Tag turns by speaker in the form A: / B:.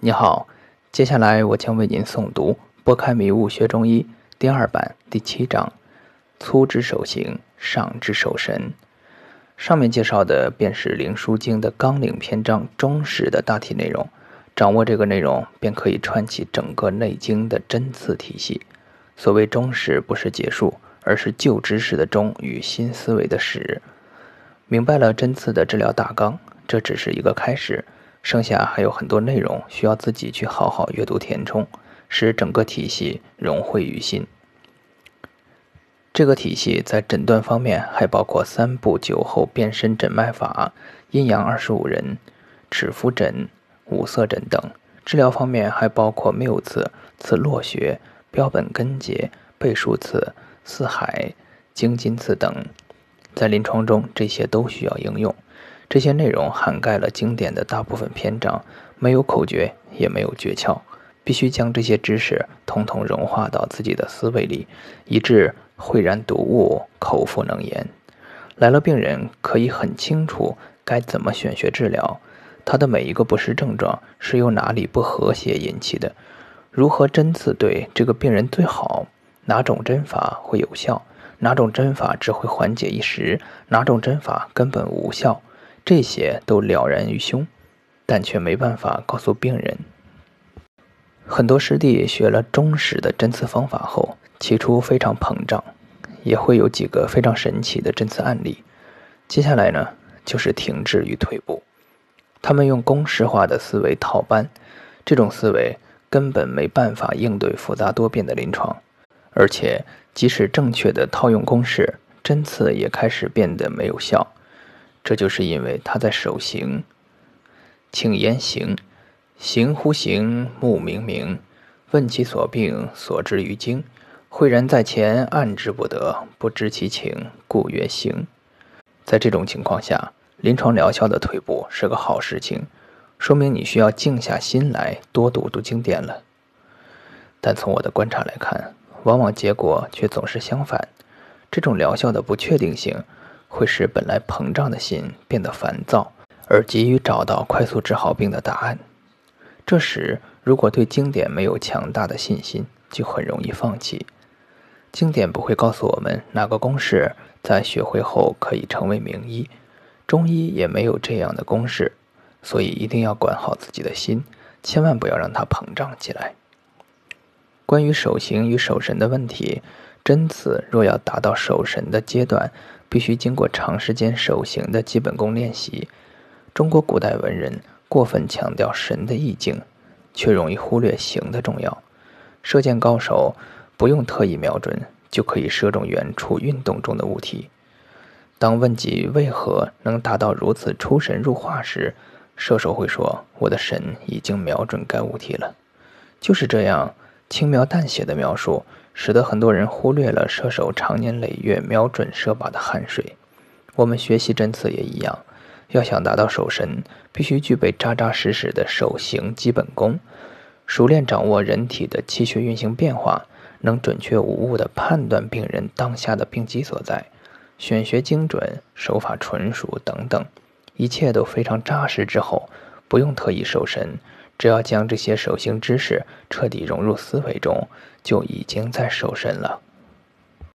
A: 你好，接下来我将为您诵读《拨开迷雾学中医》第2版第7章粗之手行，上之手神。上面介绍的便是《灵枢经》的纲领篇章中史的大体内容，掌握这个内容便可以串起整个内经的针刺体系。所谓中史，不是结束，而是旧知识的中与新思维的始。明白了针刺的治疗大纲，这只是一个开始，剩下还有很多内容需要自己去好好阅读填充，使整个体系融汇于心。这个体系在诊断方面还包括3步9候辨身诊脉法、阴阳25人、尺肤诊、五色诊等。治疗方面还包括谬刺、刺络穴、标本根结、背数刺、四海、经筋刺等。在临床中，这些都需要应用。这些内容涵盖了经典的大部分篇章，没有口诀，也没有诀窍，必须将这些知识统统融化到自己的思维里，以致荟然睹物，口腹能言。来了病人可以很清楚该怎么选穴治疗，他的每一个不适症状是由哪里不和谐引起的，如何针刺对这个病人最好，哪种针法会有效，哪种针法只会缓解一时，哪种针法根本无效，这些都了然于胸，但却没办法告诉病人。很多师弟学了中史的针刺方法后，起初非常膨胀，也会有几个非常神奇的针刺案例。接下来呢，就是停滞与退步。他们用公式化的思维套班，这种思维根本没办法应对复杂多变的临床，而且即使正确的套用公式，针刺也开始变得没有效。这就是因为他在手行。请言行，行乎行，目明明，问其所病，所知于经，荟然在前，按之不得，不知其情，故曰行。在这种情况下，临床疗效的退步是个好事情，说明你需要静下心来多读读经典了。但从我的观察来看，往往结果却总是相反。这种疗效的不确定性会使本来膨胀的心变得烦躁，而急于找到快速治好病的答案。这时如果对经典没有强大的信心，就很容易放弃。经典不会告诉我们哪个公式在学会后可以成为名医，中医也没有这样的公式，所以一定要管好自己的心，千万不要让它膨胀起来。关于手行与手神的问题，针刺若要达到手神的阶段，必须经过长时间手行的基本功练习。中国古代文人过分强调神的意境，却容易忽略形的重要。射箭高手不用特意瞄准，就可以射中远处运动中的物体。当问及为何能达到如此出神入化时，射手会说：“我的神已经瞄准该物体了。”就是这样轻描淡写的描述，使得很多人忽略了射手长年累月瞄准射靶的汗水。我们学习针刺也一样，要想达到手神，必须具备扎扎实实的手行基本功，熟练掌握人体的气血运行变化，能准确无误地判断病人当下的病机所在，选穴精准，手法纯熟等等，一切都非常扎实之后，不用特意手神，只要将这些手行知识彻底融入思维中，就已经在手神了。